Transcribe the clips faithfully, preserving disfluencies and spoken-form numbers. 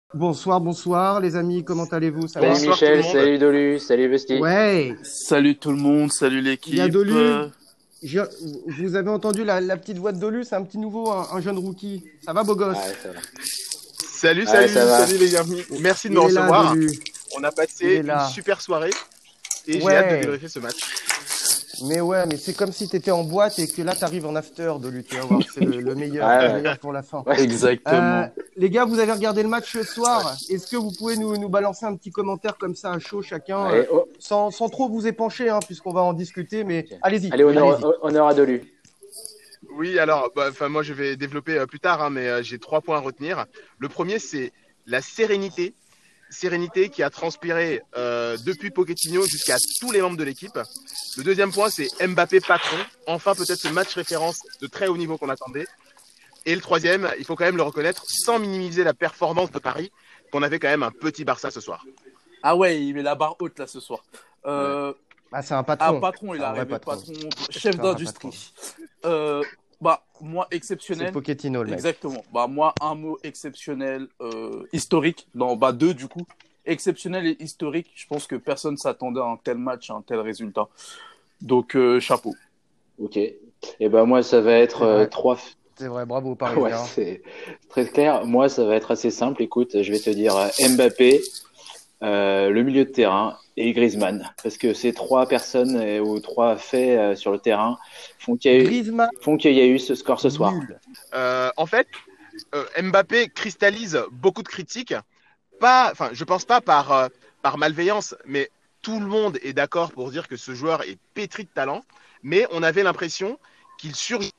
Bonsoir, bonsoir les amis, comment allez-vous? Ça Salut va? Bonsoir tout le Michel, monde. salut Dolu, salut Vesti. Ouais, Salut tout le monde, salut il y a l'équipe. Dolu. Euh, Je- vous avez entendu la, la petite voix de Dolu, c'est un petit nouveau, un, un jeune rookie. Ça va, beau Ouais, gosse? ça va. Salut, Ouais, ça salut, va. salut les amis. Merci de me Il est là, recevoir. Dolu. On a Il est passé une là. super soirée et j'ai hâte de Ouais, débriefer ce match. mais ouais, mais c'est comme si t'étais en boîte et que là t'arrives en after, Dolu. Tu vas voir, c'est le, le meilleur, Ouais, le ouais. meilleur pour la fin. Ouais. Euh, Exactement. les gars, vous avez regardé le match ce soir. Est-ce que vous pouvez nous, nous balancer un petit commentaire comme ça à chaud chacun, euh, Allez, oh, sans, sans trop vous épancher, hein, puisqu'on va en discuter, mais ok. allez-y, Allez, honneur, allez-y. oh, honneur à Dolu. Oui, alors, bah, enfin, moi je vais développer euh, plus tard, hein, mais euh, j'ai trois points à retenir. Le premier, c'est la sérénité. Sérénité qui a transpiré euh, depuis Pochettino jusqu'à tous les membres de l'équipe. Le deuxième point, c'est Mbappé patron. Enfin, peut-être ce match référence de très haut niveau qu'on attendait. Et le troisième, il faut quand même le reconnaître, sans minimiser la performance de Paris, qu'on avait quand même un petit Barça ce soir. Ah ouais, il met la barre haute là ce soir. Ouais. Euh, Ah, c'est un ah, patron. patron, il C'est est un vrai arrivé, patron. patron, C'est chef un vrai patron. d'industrie. Euh, bah, moi, C'est exceptionnel. Pochettino, le mec. Exactement. Bah, moi, un mot exceptionnel, euh, historique, dans bah, deux du coup. Exceptionnel et historique. Je pense que personne s'attendait à un tel match, à un tel résultat. Donc, euh, chapeau. Ok. Et ben moi, ça va être C'est euh, vrai. trois. C'est vrai, bravo Ouais, Parisien. c'est très clair. Moi, ça va être assez simple. Écoute, je vais te dire euh, Mbappé, euh, le milieu de terrain et Griezmann, parce que ces trois personnes euh, ou trois faits euh, sur le terrain font qu'il y a eu, Griezmann, font qu'il y a eu ce score ce soir. nul. Euh, en fait, euh, Mbappé cristallise beaucoup de critiques. Pas, enfin, je pense pas par, euh, par malveillance, mais tout le monde est d'accord pour dire que ce joueur est pétri de talent. Mais on avait l'impression qu'il surgit.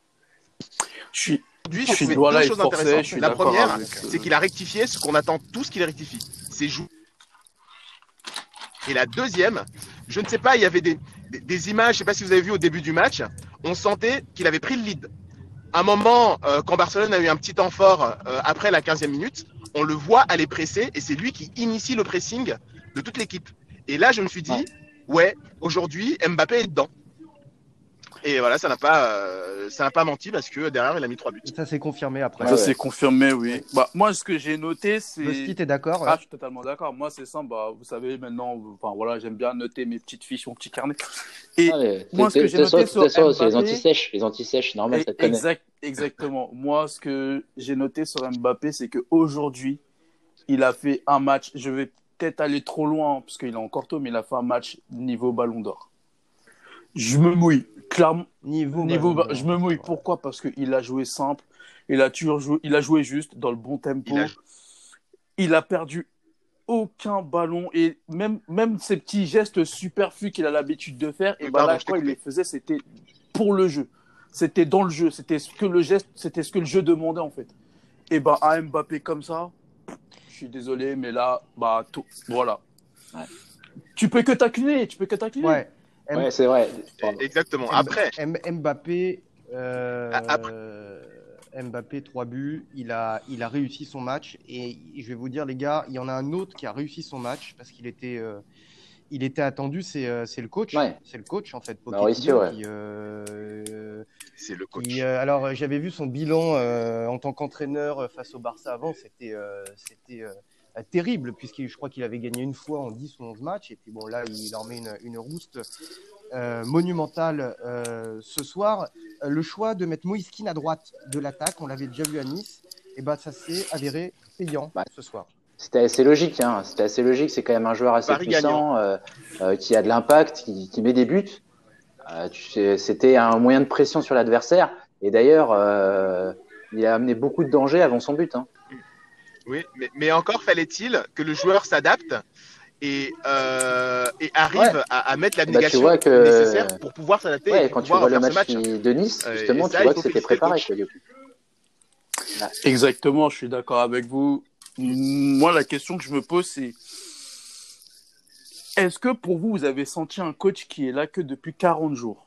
Je suis, Aujourd'hui, je j'ai suis trouvé voilà, deux il choses forçait, intéressantes. je suis La d'accord première, avec. c'est euh, qu'il a rectifié ce qu'on attend tous qu'il rectifie. C'est jou- Et la deuxième, je ne sais pas, il y avait des, des, des images, je ne sais pas si vous avez vu au début du match, on sentait qu'il avait pris le lead. À un moment, euh, quand Barcelone a eu un petit temps fort euh, après la quinzième minute, on le voit aller presser et c'est lui qui initie le pressing de toute l'équipe. Et là, je me suis Ouais. dit, ouais, aujourd'hui, Mbappé est dedans. Et voilà, ça n'a pas, euh, ça n'a pas menti parce que derrière, il a mis trois buts. Ça s'est confirmé après. Ouais, Ça, ouais. c'est confirmé, oui. Oui. Bah, moi, ce que j'ai noté, Bosti, c'est. t'es d'accord? Ah, Ouais. je suis totalement d'accord. Moi, c'est simple. Bah, vous savez, maintenant, enfin, voilà, j'aime bien noter mes petites fiches, mon petit carnet. Et Ah, mais moi, ce que t'es- j'ai t'es- noté t'es- sur t'es- c'est les Mbappé, anti-sèches, les anti-sèches, normal, et ça te connaît. exact, exactement. Moi, ce que j'ai noté sur Mbappé, c'est qu'aujourd'hui, il a fait un match. Je vais peut-être aller trop loin, parce qu'il est encore tôt, mais il a fait un match niveau Ballon d'Or. Je me mouille. Clairement, Niveau, niveau, Ballon ba- d'Or. je me mouille. Pourquoi? Parce qu'il a joué simple. Il a toujours joué, il a joué juste, dans le bon tempo. Il a, Il a perdu aucun ballon et même, même ces petits gestes superflus qu'il a l'habitude de faire, et oui, ben pardon, là, je t'ai quand il les coupé. faisait, c'était pour le jeu. C'était dans le jeu. C'était ce que le geste, c'était ce que le jeu demandait en fait. Et ben un Mbappé comme ça, je suis désolé, mais là, bah tout, voilà. Ouais. Tu peux que tacler, tu peux que tacler. Ouais. M- Ouais, c'est vrai. Pardon. Exactement. M- Après, M- Mbappé, a- après, euh, Mbappé, trois buts. Il a, il a réussi son match. Et je vais vous dire, les gars, il y en a un autre qui a réussi son match parce qu'il était, euh, il était attendu. C'est, euh, c'est le coach. Ouais. C'est le coach, en fait, Mauricio, Pochettino, ouais. qui, euh, c'est le coach. qui, euh, alors, euh, j'avais vu son bilan euh, en tant qu'entraîneur euh, face au Barça avant. C'était, euh, c'était euh, euh, terrible, puisque je crois qu'il avait gagné une fois en dix ou onze matchs. Et puis bon, là, il en met une, une rouste euh, monumentale euh, ce soir. Euh, le choix de mettre Moïse Kean à droite de l'attaque, on l'avait déjà vu à Nice, et ben ça s'est avéré payant Bah, ce soir. C'était assez logique, hein. C'était assez logique. C'est quand même un joueur assez Paris gagnant. puissant, euh, euh, qui a de l'impact, qui, qui met des buts. Euh, tu sais, c'était un moyen de pression sur l'adversaire. Et d'ailleurs, euh, il a amené beaucoup de danger avant son but, hein. Oui, mais, mais encore fallait-il que le joueur s'adapte et, euh, et Ouais. arrive à, à mettre Et bah, tu l'abnégation vois que, nécessaire pour pouvoir s'adapter et ouais, pour quand tu pouvoir vois le faire ce match match. qui- de Nice, Euh, et justement, tu ça, il vois faut que c'était féliciter le préparé, coach. quoi, du coup. Ouais. Exactement, je suis d'accord avec vous. Moi, la question que je me pose, c'est est-ce que pour vous, vous avez senti un coach qui est là que depuis quarante jours?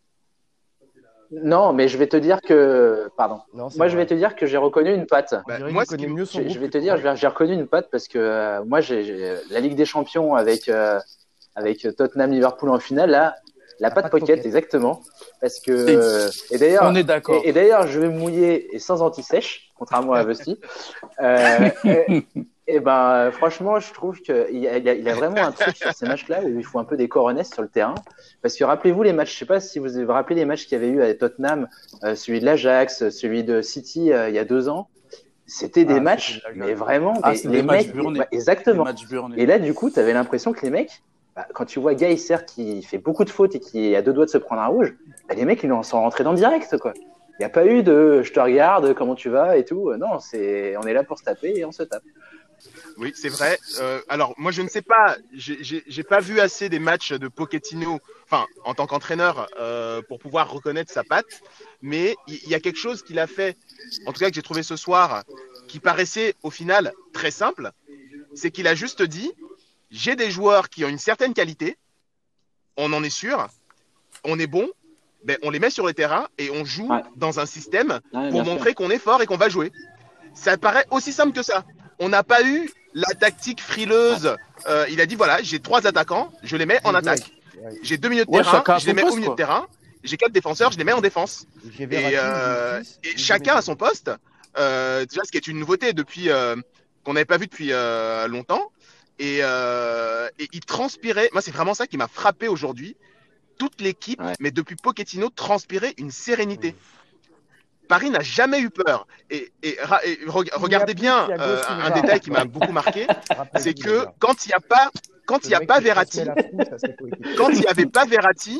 Non, mais je vais te dire que, pardon. Non, c'est Moi, je vais vrai. te dire que j'ai reconnu une patte. On Bah, dirait moi, qu'il ce qui connaît m- mieux son Je, je groupe vais que te dire, ouais. j'ai j'ai reconnu une patte parce que euh, moi, j'ai j'ai- la Ligue des Champions avec euh, avec Tottenham Liverpool en finale là, la La patte patte pocket pocket. exactement. Parce que Ex- et On d'ailleurs est d'accord. et, et d'ailleurs, je vais me mouiller et sans anti-sèche, contrairement à Vesti. Euh, et, Et ben, franchement, je trouve qu'il y a, il y a, il y a vraiment un truc sur ces matchs-là où il faut un peu des coronesses sur le terrain. Parce que rappelez-vous les matchs, je sais pas si vous vous rappelez les matchs qu'il y avait eu à Tottenham, euh, celui de l'Ajax, celui de City euh, il y a deux ans. C'était des Ah, matchs, c'était mais vraiment, Ah, mais c'est les des matchs mecs, burnés. ouais, exactement. Des matchs burnés. Et là, du coup, tu avais l'impression que les mecs, bah, quand tu vois Geiser qui fait beaucoup de fautes et qui est à deux doigts de se prendre un rouge, bah, les mecs, ils en sont rentrés dans le direct, quoi. Il n'y a pas eu de je te regarde, comment tu vas et tout. Non, c'est, on est là pour se taper et on se tape. Oui, c'est vrai. Euh, alors, moi, je ne sais pas. J'ai, j'ai, j'ai pas vu assez des matchs de Pochettino, enfin, en tant qu'entraîneur, euh, pour pouvoir reconnaître sa patte. Mais il y, y a quelque chose qu'il a fait, en tout cas que j'ai trouvé ce soir, qui paraissait au final très simple. C'est qu'il a juste dit, j'ai des joueurs qui ont une certaine qualité, on en est sûr, on est bon, ben, on les met sur le terrain et on joue Ouais. dans un système Ouais, pour bien sûr. montrer qu'on est fort et qu'on va jouer. Ça paraît aussi simple que ça. On n'a pas eu la tactique frileuse. Euh, il a dit voilà, j'ai trois attaquants, je les mets en attaque. Ouais. J'ai deux milieux de Ouais, terrain, chacun à je les son mets poste, au milieu quoi. de terrain. J'ai quatre défenseurs, je les mets en défense. J'ai Et, Verratti, euh, j'ai six, et j'ai chacun Messi. à son poste. Euh, déjà, ce qui est une nouveauté depuis euh, qu'on n'avait pas vu depuis euh, longtemps. Et, euh, et il transpirait. Moi, c'est vraiment ça qui m'a frappé aujourd'hui. Toute l'équipe, Ouais. mais depuis Pochettino, transpirait une sérénité. Paris n'a jamais eu peur. Et, et, ra- et re- Il n'y a regardez plus bien Thiago euh, un Silva. détail qui m'a beaucoup marqué, Rappelez-vous, c'est les que gars. quand il n'y a pas, quand Ce il y a mec pas qui transmet Verratti, la frousse à ses coéquipiers. quand il n'y avait pas Verratti,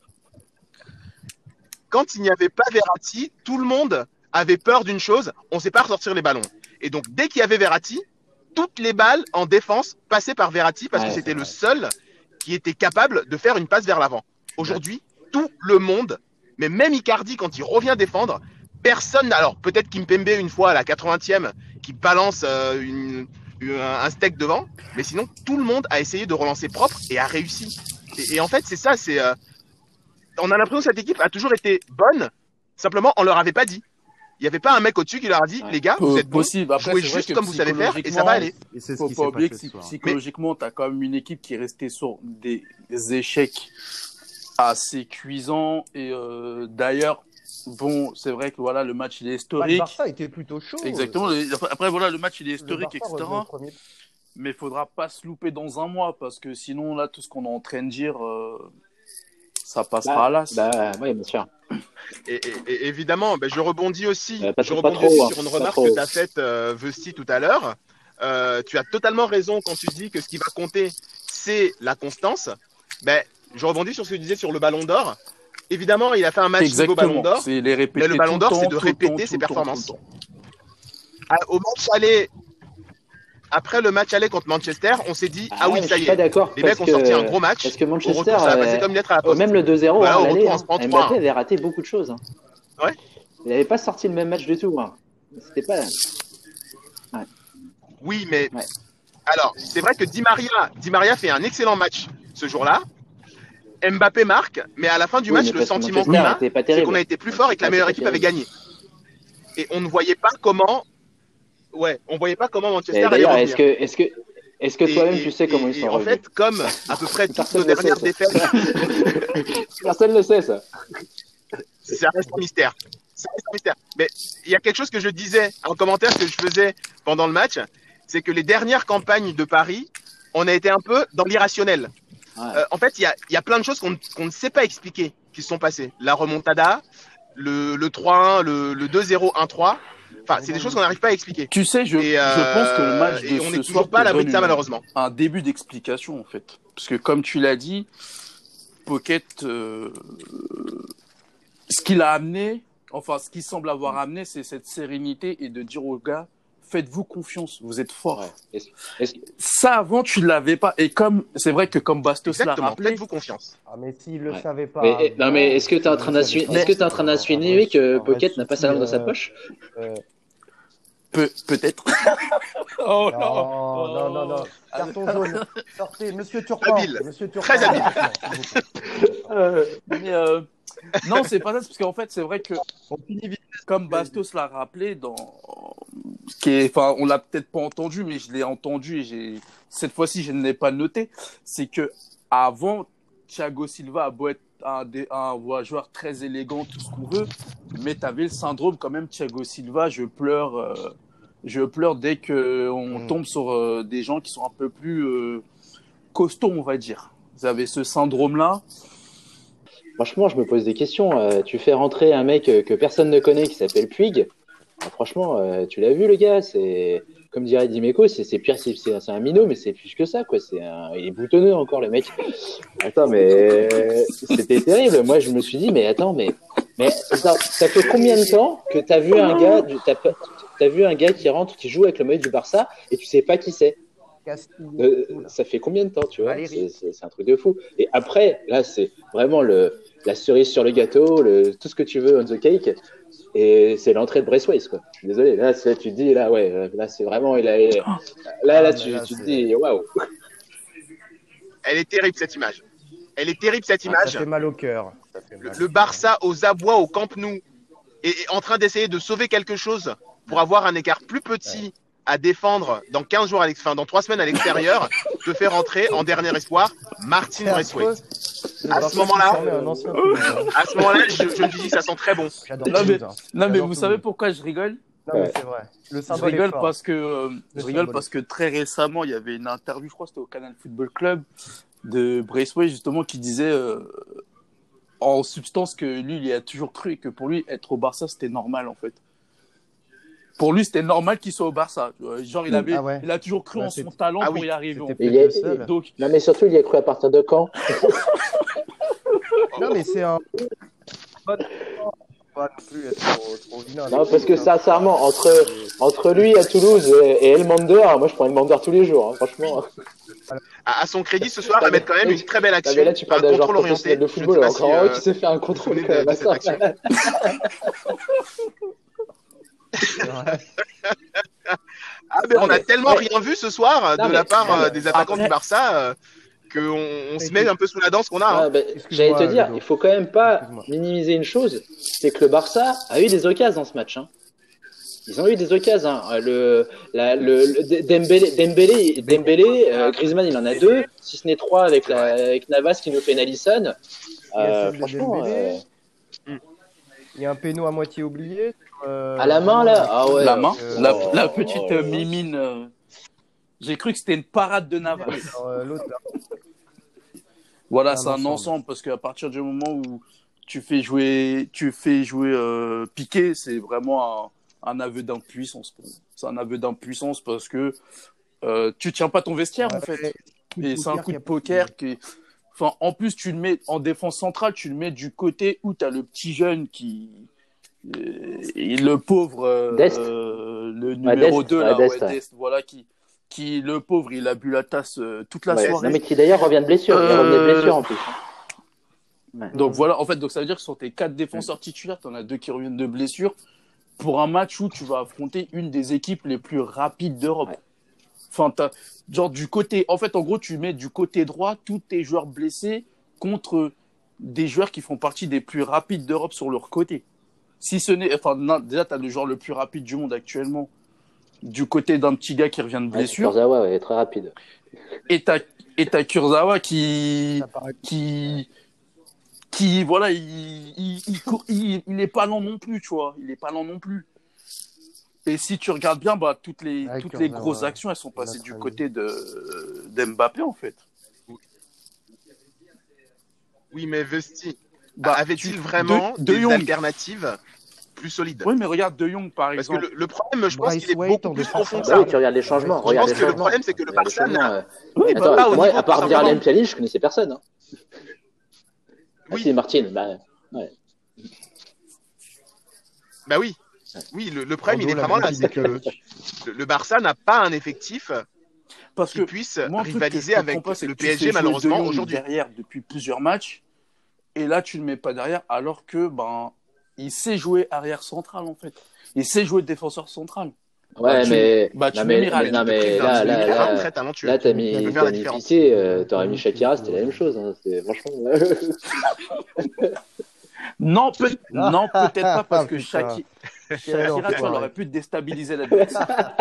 quand il n'y avait pas Verratti, tout le monde avait peur d'une chose, on ne sait pas ressortir les ballons. Et donc dès qu'il y avait Verratti, toutes les balles en défense passaient par Verratti parce Ouais, que c'est c'était le vrai. seul qui était capable de faire une passe vers l'avant. Aujourd'hui, tout le monde, mais même Icardi quand il revient défendre, personne. Alors peut-être Kimpembe une fois à la quatre-vingtième qui balance euh, une, une- un steak devant, mais sinon tout le monde a essayé de relancer propre et a réussi. Et, et en fait c'est ça, c'est euh, on a l'impression que cette équipe a toujours été bonne, simplement on leur avait pas dit. Il n'y avait pas un mec au-dessus qui leur a dit Ouais. les gars, vous Peu- êtes bons, possible. Après, jouez c'est vrai juste que comme vous savez faire et ça va aller. Et c'est ce Faut qui pas s'est oublier que passé ce psy- soir. psychologiquement, tu as quand même une équipe qui est restée sur des échecs assez cuisants. Et euh, d'ailleurs, bon, c'est vrai que voilà, le match il est Bah, le historique. Barça était plutôt chaud. Exactement. Euh, Le- Après, voilà, le match il est Le historique, Barça et cetera. revenait au premier. Mais il faudra pas se louper dans un mois parce que sinon, là, tout ce qu'on est en train de dire, euh, ça passera Bah, à l'as. bah, oui, bien sûr. Et, et- et évidemment, ben, je rebondis aussi, Euh, pas je trop- pas rebondis trop, aussi hein, sur une pas remarque trop. que tu as faite, euh, Vesti, tout à l'heure. Euh, tu as totalement raison quand tu dis que ce qui va compter, c'est la constance. Ben, je rebondis sur ce que tu disais sur le Ballon d'Or. Évidemment, il a fait un match niveau Ballon Exactement. d'Or, C'est les répéter mais le Ballon tout d'Or, temps, c'est de tout le temps, répéter tout ses le temps, tout le performances. temps. À- Au match aller, après le match aller contre Manchester, on s'est dit, ah Ah, oui, mais ça je y suis pas est, d'accord les parce mecs ont sorti un que, gros match. parce que Au Manchester, retour, ça va passer euh, comme une lettre à la oh, poste. même le deux zéro Voilà, à au l'aller, retour, on hein, se prend trois Mbappé un. avait raté beaucoup de choses. Hein. Ouais. Il n'avait pas sorti le même match du tout. Hein. C'était pas. Oui, mais Ouais. alors, c'est vrai que Di Maria, Di Maria fait un excellent match ce jour-là. Mbappé marque, mais à la fin du Oui, match, mais le parce que sentiment Manchester qu'on a, était pas c'est terrible. qu'on a été plus fort et que la Manchester meilleure était équipe pas avait terrible. gagné. Et on ne voyait pas comment, ouais, on voyait pas comment Manchester Et allait d'ailleurs, revenir. est-ce que, est-ce que, est-ce que Et- toi-même et- tu sais comment et- ils et sont en revenus? fait, comme à peu près toutes Personne nos ne le sait, dernières ça. défaites, Personne ne le sait, ça. ça reste un mystère. Ça reste un mystère. Mais il y a quelque chose que je disais en commentaire que je faisais pendant le match, c'est que les dernières campagnes de Paris, on a été un peu dans l'irrationnel. Ouais. Euh, en fait, il y a, il y a plein de choses qu'on ne- qu'on ne sait pas expliquer qui se sont passées. La remontada, le, le trois un, le, le deux zéro un trois. Enfin, c'est des choses qu'on n'arrive pas à expliquer. Tu sais, je, Et, euh, je pense que le match de et on ce n'est soir toujours pas te à l'abri donne de ça, une- malheureusement. un début d'explication, en fait. Parce que, comme tu l'as dit, Pocket, euh, ce qu'il a amené, enfin, ce qu'il semble avoir amené, c'est cette sérénité et de dire aux gars, faites-vous confiance, vous êtes forts. Ouais. Est-ce, est-ce, Ça, avant, tu ne l'avais pas. Et comme, c'est vrai que comme Bastos l'a Exactement, rappelé, faites-vous confiance. Ah, mais s'il le Ouais. savait pas. mais, non, avant, mais est-ce que tu es en train il le d'insinuer, savait est-ce que pas. tu es en train Un- un d'insinuer vrai- que un vrai Pocket n'a pas sa langue dans sa souci, poche? euh, peut, peut-être. oh Non, non, non, non, non. Ah, Carton jaune. Sortez, monsieur Turpin. Habile. Monsieur Turpin. Très habile. Non, s'il vous plaît. Euh, mais euh, non, c'est pas ça, c'est parce qu'en fait, c'est vrai que On finit vite. comme Bastos l'a rappelé, dans qui est, enfin, on l'a peut-être pas entendu, mais je l'ai entendu et j'ai cette fois-ci, je ne l'ai pas noté. C'est que avant, Thiago Silva a beau être un, des, un joueur très élégant, tout ce qu'on veut, mais tu avais le syndrome quand même. Thiago Silva, je pleure. Euh, Je pleure dès qu'on Mm. tombe sur euh, des gens qui sont un peu plus euh, costauds, on va dire. Vous avez ce syndrome-là. Franchement, je me pose des questions. Euh, tu fais rentrer un mec euh, que personne ne connaît qui s'appelle Puig. Ah, franchement, euh, tu l'as vu, le gars. C'est comme dirait Dimeco, c'est c'est pire, c'est c'est un minot, mais c'est plus que ça, quoi. C'est un... Il est boutonneux encore, le mec. Attends, mais c'était terrible. Moi, je me suis dit, mais attends, mais mais attends, ça fait combien de temps que t'as vu un gars, du- t'as pas- t'as vu un gars qui rentre, qui joue avec le maillot du Barça et tu sais pas qui c'est? Castille. Euh, Oula. ça fait combien de temps, tu vois? Valérie. C'est c'est- c'est un truc de fou. Et après, là, c'est vraiment le, la cerise sur le gâteau, le, tout ce que tu veux on the cake. Et c'est l'entrée de Braithwaite, quoi. Je suis désolé. Là, c'est- tu te dis, là, ouais, là, c'est vraiment, il a, là, là, Ah, mais tu, là, tu te c'est- dis, waouh. Elle est terrible cette image. Elle est terrible cette Ça image. fait mal au cœur. Ça fait Le, mal le au cœur. Barça aux abois au Camp Nou est, est en train d'essayer de sauver quelque chose pour avoir un écart plus petit à défendre dans quinze jours, à l'ex- enfin, dans trois semaines à l'extérieur, de faire entrer en dernier espoir Martin C'est affreux. Braithwaite. Le À ce Barça moment-là- qui formait un ancien Toulousain. À ce moment-là, je, je me dis que ça sent très bon. J'adore Non, mais- Toulouse, hein. Non, mais J'adore vous savez Toulouse. pourquoi je rigole? Non, mais Ouais. c'est vrai. Le Je symbole est rigole fort. parce que euh, Le je rigole symbole parce que très récemment, il y avait une interview, je crois que c'était au Canal Football Club, de Braithwaite justement qui disait euh, en substance que lui, il y a toujours cru et que pour lui, être au Barça, c'était normal en fait. Pour lui, c'était normal qu'il soit au Barça. Euh, Genre, il avait, Ah ouais. il a toujours cru Ouais, en c'est- son talent Ah pour oui, y arriver. en C'était fait. Il y a- peut-être le seul. Donc, Non, mais surtout, il y a cru à partir de quand? Non, mais c'est un. Pas non plus être trop, trop vilain. Non, parce que sincèrement, entre, entre lui à Toulouse et, et Elmander, moi, je prends Elmander tous les jours, hein, franchement. À, à son crédit, ce soir, il va mettre quand même une très belle Non, action. mais là, tu Un parles d'un joueur contrôle orienté. professionnel de Je ne sais football, pas encore si, un euh, qui s'est fait un vous vous contrôle souvenez quand de- même. de cette Attends. action. C'est vrai. Ah, mais Non, on a mais- tellement ouais. rien vu ce soir Non, de mais- la part non, euh, mais- des attaquants Après- du Barça euh, qu'on on se met un peu sous la danse qu'on a. Ah, hein. ben, Excuse-moi, j'allais te dire, Ludo. il faut quand même pas Excuse-moi. minimiser une chose, c'est que le Barça a eu des occasions dans ce match. Hein. Ils ont eu des occasions. Hein. Le, la, le, le Dembélé, Dembélé, Dembélé euh, Griezmann, il en a deux, si ce n'est trois avec, la, avec Navas qui nous fait une Alisson. Il y a Euh, celle de franchement, Dembélé. euh, Il y a un péno à moitié oublié. euh, à la main là, ah ouais. la main, euh, la, oh, la oh, petite oh, euh, oh. mimine. euh, J'ai cru que c'était une parade de Navas. Alors, euh, l'autre, là. Voilà, Un c'est un ensemble. ensemble parce qu'à partir du moment où tu fais jouer, tu fais jouer euh, Piqué, c'est vraiment un, un aveu d'impuissance. pour moi. C'est un aveu d'impuissance parce que euh, tu tiens pas ton vestiaire en fait. Et c'est un coup de poker qui. Enfin, en plus, tu le mets en défense centrale, tu le mets du côté où tu as le petit jeune qui. euh, et le pauvre. euh, Dest. euh, le Ouais, numéro Dest, deux, ouais, là, Dest, ouais, ouais. Dest, voilà, qui, qui. Le pauvre, il a bu la tasse euh, toute la Ouais, soirée. non, mais qui d'ailleurs revient de blessure. Il Euh, revient de blessure en plus. Ouais. Donc voilà, en fait, donc ça veut dire que sur tes quatre défenseurs titulaires, tu en as deux qui reviennent de blessure pour un match où tu vas affronter une des équipes les plus rapides d'Europe. Ouais. Enfin, t'as, genre du côté, en fait, en gros, tu mets du côté droit tous tes joueurs blessés contre des joueurs qui font partie des plus rapides d'Europe sur leur côté. Si ce n'est, enfin, non, déjà, tu as le joueur le plus rapide du monde actuellement du côté d'un petit gars qui revient de Ouais, blessure. Kurzawa, ouais, très rapide. Et t'as, et t'as Kurzawa qui, Ça paraît- qui, qui, voilà, il, il, il, court- il, il est pas lent non plus, tu vois. Il est pas lent non plus. Et si tu regardes bien, bah, toutes les, Ouais, toutes Kurzawa, les grosses ouais. actions, elles sont passées Notre du ami. côté de, d'Mbappé, en fait. Oui, mais Vesti, Bah, avait-il tu- vraiment De, de des Jong. alternatives plus solides? Oui, mais regarde De Jong, par Parce que exemple. le, le problème, je pense qu'il est Braithwaite beaucoup en plus défense profond que Bah ça. oui, tu regardes les changements. Je Regarde pense les que le changements. problème, c'est que le Regarde les Barça changements, n'a- euh. Oui, bah, Attends, pas au moi, niveau à part par Miralem rapport- Pjanic, je connaissais personne. Hein. Ah Oui. si, Martine, bah, ouais. Bah oui. Oui, le, le problème, il est Bordeaux, vraiment la là. C'est que le, le- le Barça n'a pas un effectif parce qui que puisse moi, un truc que rivaliser je comprends avec pas, c'est le que tu fais P S G, jouer malheureusement, De Jong aujourd'hui. derrière depuis plusieurs matchs, et là, tu le mets pas derrière, alors que, ben, il sait jouer arrière central, en fait. Il sait jouer défenseur central. Ouais, Bah, tu- mais, bah, tu non, mets mais, Miralem, non, de mais prix, là, d'un là, Miralem là, très talentueux. là, t'as Il mis, peut faire t'as la mis différence. Piqué, euh, t'aurais mis Shakira, c'était la même chose, hein. C'était, franchement. Non, peut- non, peut-être pas, parce que Putain. Shaki- Quel Shakira, tu vois, enfoiré. elle aurait pu déstabiliser l'adversaire.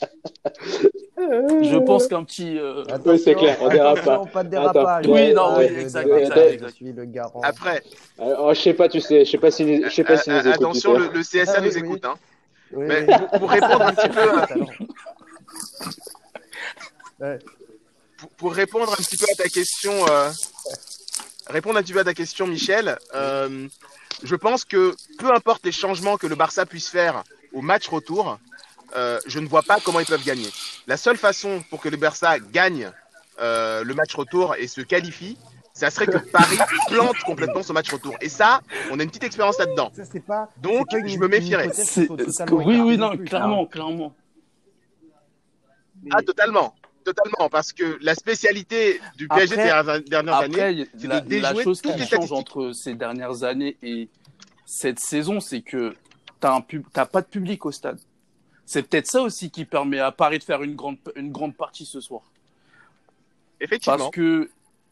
Je pense qu'un petit. euh, Attention, Oui, c'est clair, on dérape pas. attention, pas de dérapage. Attends, Oui, non, Pas oui, de exact, dérapage, exact, Je exact. suis le garant. Après, Alors, je sais pas, tu sais, je sais pas si, je sais pas si nous euh, écoute. attention, Peter. le, le C S A Ah nous oui, oui. écoute. Hein. Oui, Mais oui. pour, pour répondre un petit peu, à- Talent. Ouais. pour, pour répondre un petit peu à ta question, euh, répondre un petit peu à ta question, Michel, euh, je pense que peu importe les changements que le Barça puisse faire au match retour, euh, je ne vois pas comment ils peuvent gagner. La seule façon pour que le Barça gagne euh, le match retour et se qualifie, ça serait que Paris plante complètement son match retour. Et ça, on a une petite expérience là-dedans. Ça, c'est pas, c'est Donc, pas une, je me une méfierais. hypothèse qu'il C'est- faut c'est que- totalement oui, écarter oui, non non, plus. clairement, clairement. Mais- Ah, totalement. Totalement. Parce que la spécialité du P S G Après, ces dernières années, après c'est de la, la déjouer chose toutes qui les change statistiques. entre ces dernières années et cette saison, c'est que t'as un pub, t'as pas de public au stade. C'est peut-être ça aussi qui permet à Paris de faire une grande, une grande partie ce soir. Effectivement. Parce que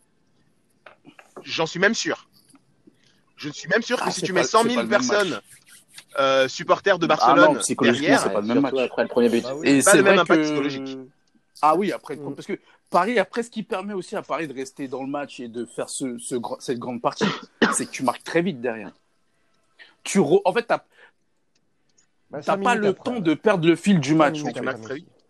J'en suis même sûr. Je suis même sûr que ah, si c'est tu pas- mets cent c'est pas mille le même match. personnes euh, supporters de Ah non, Barcelone psychologiquement, derrière, c'est pas Ouais, le même surtout match. après le premier but. Bah oui. Et pas c'est le même vrai impact que psychologique. ah oui, après Mm. parce que Paris après ce qui permet aussi à Paris de rester dans le match et de faire ce, ce grand- cette grande partie, c'est que tu marques très vite derrière. Tu re- en fait t'as Bah, t'as cinq pas minutes le après, temps ouais. de perdre le fil du Cinq match. minutes En tu fait. marques très Messi.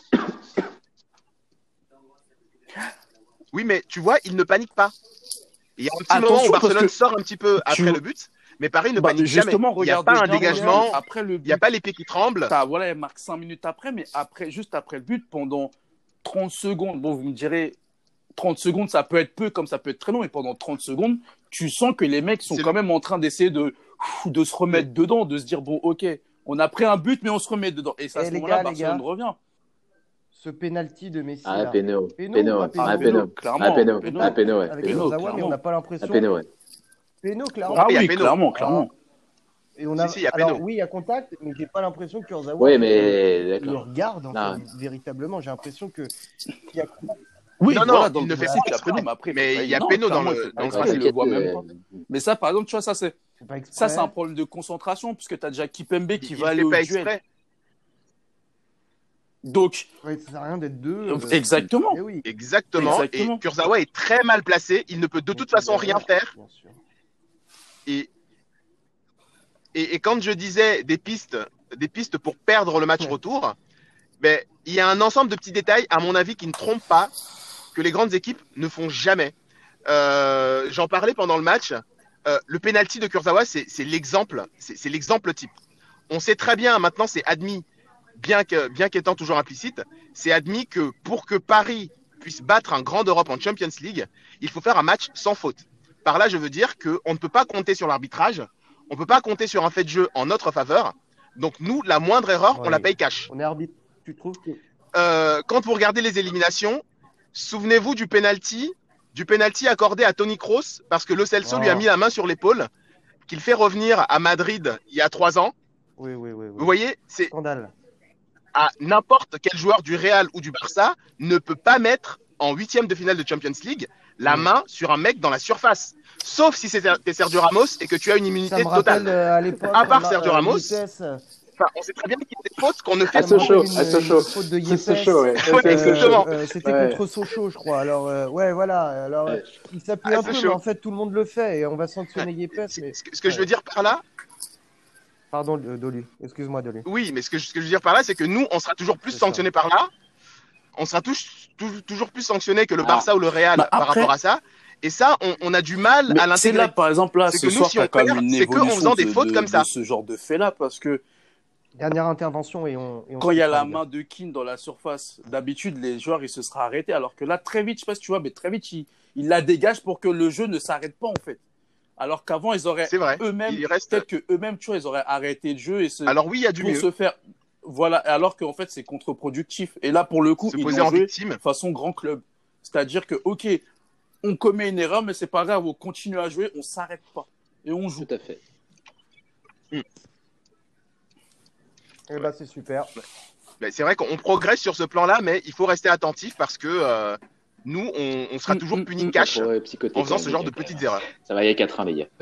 Oui, mais tu vois, ils ne paniquent pas. Il y a un petit Attention, moment où parce Barcelone que sort un petit peu après tu- le but, mais Paris ne Bah, panique justement, jamais. Il n'y a regarde pas un bien, dégagement, regarde, après le il n'y a but, pas les pieds qui tremblent. t'as, voilà, elle marque cinq minutes après, mais après, juste après le but, pendant trente secondes, bon, vous me direz, trente secondes, ça peut être peu comme ça peut être très long, mais pendant trente secondes, tu sens que les mecs sont C'est quand le- même en train d'essayer de, de se remettre dedans, de se dire, bon, ok, on a pris un but, mais on se remet dedans. Et c'est à Eh, ce les moment-là, gars, les Barcelone gars. revient. Ce penalty de Messi, Ah, là. Péno. Péno Péno, ou ouais. pas Ah, péno Péno. Clairement, Ah, Péno. Péno. Ah, Péno, ouais. Avec Péno, Kurzawa, mais clairement. on n'a pas Ah, l'impression. Péno, ouais. Péno, clairement. Ah il y a oui, péno. clairement, clairement. Et on a... Si, si, il y a Alors, péno. oui, il y a contact, mais j'ai pas l'impression que Kurzawa Ouais, en fait, mais le d'accord. regarde, en Non. fait, véritablement. J'ai l'impression que. il y a- Oui, Non, voilà, non, dans il le ne fait principe, pas il y a exprès. péno, mais après, Mais faut- il y a non, péno dans clairement, le- il fait pas dans le exprès, Ouais, il le t'inquiète, voit même euh, pas. Mais ça, par exemple, tu vois, ça, c'est, C'est pas exprès. ça, c'est un problème de concentration, puisque tu as déjà Kipembe Il qui ne va aller fait au pas duel. exprès. Donc, Ouais, ça sert à rien d'être deux. euh, exactement. eh oui. Exactement. Exactement. Et Kurzawa est très mal placé. Il ne peut de toute façon rien faire. Bien sûr. Et, et, et quand je disais des pistes, des pistes pour perdre le match Ouais. retour, ben, il y a un ensemble de petits détails, à mon avis, qui ne trompent pas, que les grandes équipes ne font jamais. Euh, J'en parlais pendant le match. Euh, le penalty de Kurzawa, c'est c'est l'exemple, c'est c'est l'exemple type. On sait très bien, maintenant c'est admis, bien que bien qu'étant toujours implicite, c'est admis que pour que Paris puisse battre un grand d'Europe en Champions League, il faut faire un match sans faute. Par là, je veux dire qu'on ne peut pas compter sur l'arbitrage, on ne peut pas compter sur un fait de jeu en notre faveur. Donc nous, la moindre erreur, on Ouais. la paye cash. On est arbitre. Tu trouves que. Euh, quand vous regardez les éliminations, souvenez-vous du penalty, du penalty accordé à Toni Kroos parce que Lo Celso Oh. lui a mis la main sur l'épaule, qu'il fait revenir à Madrid il y a trois ans. Oui, oui, oui. oui. Vous voyez, c'est Scandale. à n'importe quel joueur du Real ou du Barça ne peut pas mettre en huitième de finale de Champions League la Mm. main sur un mec dans la surface. Sauf si c'est t'es Sergio Ramos et que tu as une Ça immunité me rappelle totale. euh, à l'époque. À part on a, Sergio euh, Ramos. Yepes, euh, Enfin, on sait très bien qu'il y a des fautes qu'on ne fait À ça me Sochaux, rappelle à une- Sochaux. une faute de C'est Yepes. Sochaux, ouais. Ouais, C'est exactement. Euh, C'était Ouais. contre Sochaux, je crois. Alors, euh, ouais, voilà. Alors, Ouais. il s'appuie Ah, un peu, Sochaux. mais en fait, tout le monde le fait et on va sanctionner Yepes. Ce Mais... ce que ce que je veux dire par là, Pardon, euh, Dolu. Excuse-moi, Dolu. oui, mais ce que, je- ce que je veux dire par là, c'est que nous, on sera toujours plus C'est ça. sanctionnés par là. On sera tous, tou- toujours plus sanctionnés que le Ah. Barça ou le Real Bah, par après- rapport à ça. Et ça, on, on a du mal Mais à c'est l'intégrer. là, par exemple, là, C'est ce que nous, soir, si tu on as quand même perd, une c'est que en évolution faisant des de, fautes de- comme ça. de ce genre de fait-là, parce que Dernière intervention et on. Et on quand il y a quittera, la les gars. main de Keane dans la surface, d'habitude, les joueurs, ils se seraient arrêtés, alors que là, très vite, je sais pas si tu vois, mais très vite, il, il la dégage pour que le jeu ne s'arrête pas, en fait. Alors qu'avant, ils auraient C'est vrai. eux-mêmes, Il reste. peut-être que eux-mêmes, tu vois, ils auraient arrêté le jeu et se, Alors oui, il y a du pour mieux. se faire, voilà, alors qu'en fait, c'est contre-productif. Et là, pour le coup, Se ils poser l'ont en joué victime. façon grand club. C'est-à-dire que, ok, on commet une erreur, mais c'est pas grave, on continue à jouer, on s'arrête pas. Et on joue. Tout à fait. Eh ben, c'est super. Ben, c'est vrai qu'on progresse sur ce plan-là, mais il faut rester attentif parce que euh, nous, on, on sera Mm, toujours mm, punis mm. cash Trop, euh, psychoté, en faisant quand ce même, genre les de gars. petites erreurs. Ça va, il y a quatre un, les gars.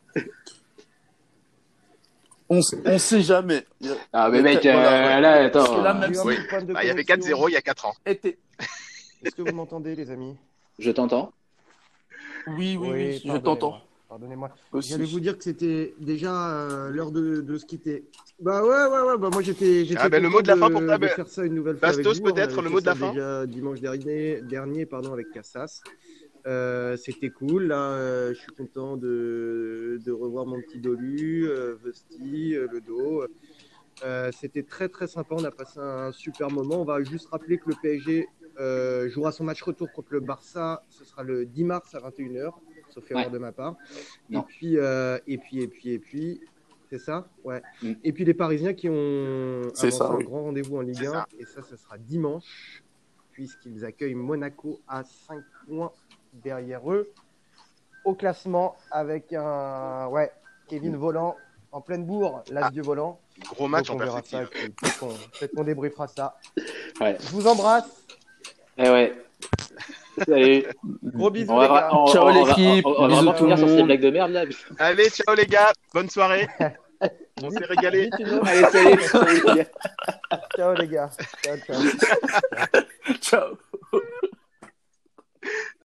On, on sait jamais. Ah, mais mec, Voilà, euh, ouais. là, Parce que attends. là, euh, même J'ai eu un Oui. petit problème de Bah, il y avait connexion. quatre zéro il y a quatre ans. était- Est-ce que vous m'entendez, les amis? Je t'entends. Oui, oui, oui, je pardonnez-moi. t'entends. Pardonnez-moi. Aussi. J'allais vous dire que c'était déjà euh, l'heure de, de se quitter. Bah ouais, ouais, ouais. Bah moi j'étais. j'étais Ah, ben, le content mot de la fin pour toi, de ben, faire ça une nouvelle fois avec Bastos, vous. On peut-être, avait le fait mot de la ça fin déjà dimanche dernier, dernier pardon, avec Cassas. Euh, c'était cool. Là, euh, je suis content de, de revoir mon petit Dolu, euh, Vesti, euh, le dos. Euh, c'était très très sympa. On a passé un super moment. On va juste rappeler que le P S G euh, jouera son match retour contre le Barça. Ce sera le dix mars à vingt et une heures, sauf erreur Ouais. de ma part. Et Non. puis, euh, et puis, et puis, et puis, c'est ça, ouais. Mm. Et puis les Parisiens qui ont C'est avancé ça, un oui. grand rendez-vous en Ligue C'est un. ça. Et ça, ce sera dimanche, puisqu'ils accueillent Monaco à cinq points derrière eux au classement avec un ouais Kevin Volant en pleine bourre, l'as Ah. du volant. Gros match Donc, en on verra ça. perspective. et puis Peut-être qu'on, peut-être qu'on débriefera ça. Ouais. Je vous embrasse. Eh ouais. Salut. Gros bisous, On les va, gars. on, Ciao, on, on va- l'équipe. on- on va Bisous vraiment tout le finir sur ces monde. blagues de merde là. Allez, ciao les gars. Bonne soirée. On s'est régalé. Vite, une autre. Allez, salut. Salut, les gars. Ciao, les gars. Ciao, ciao. Ciao.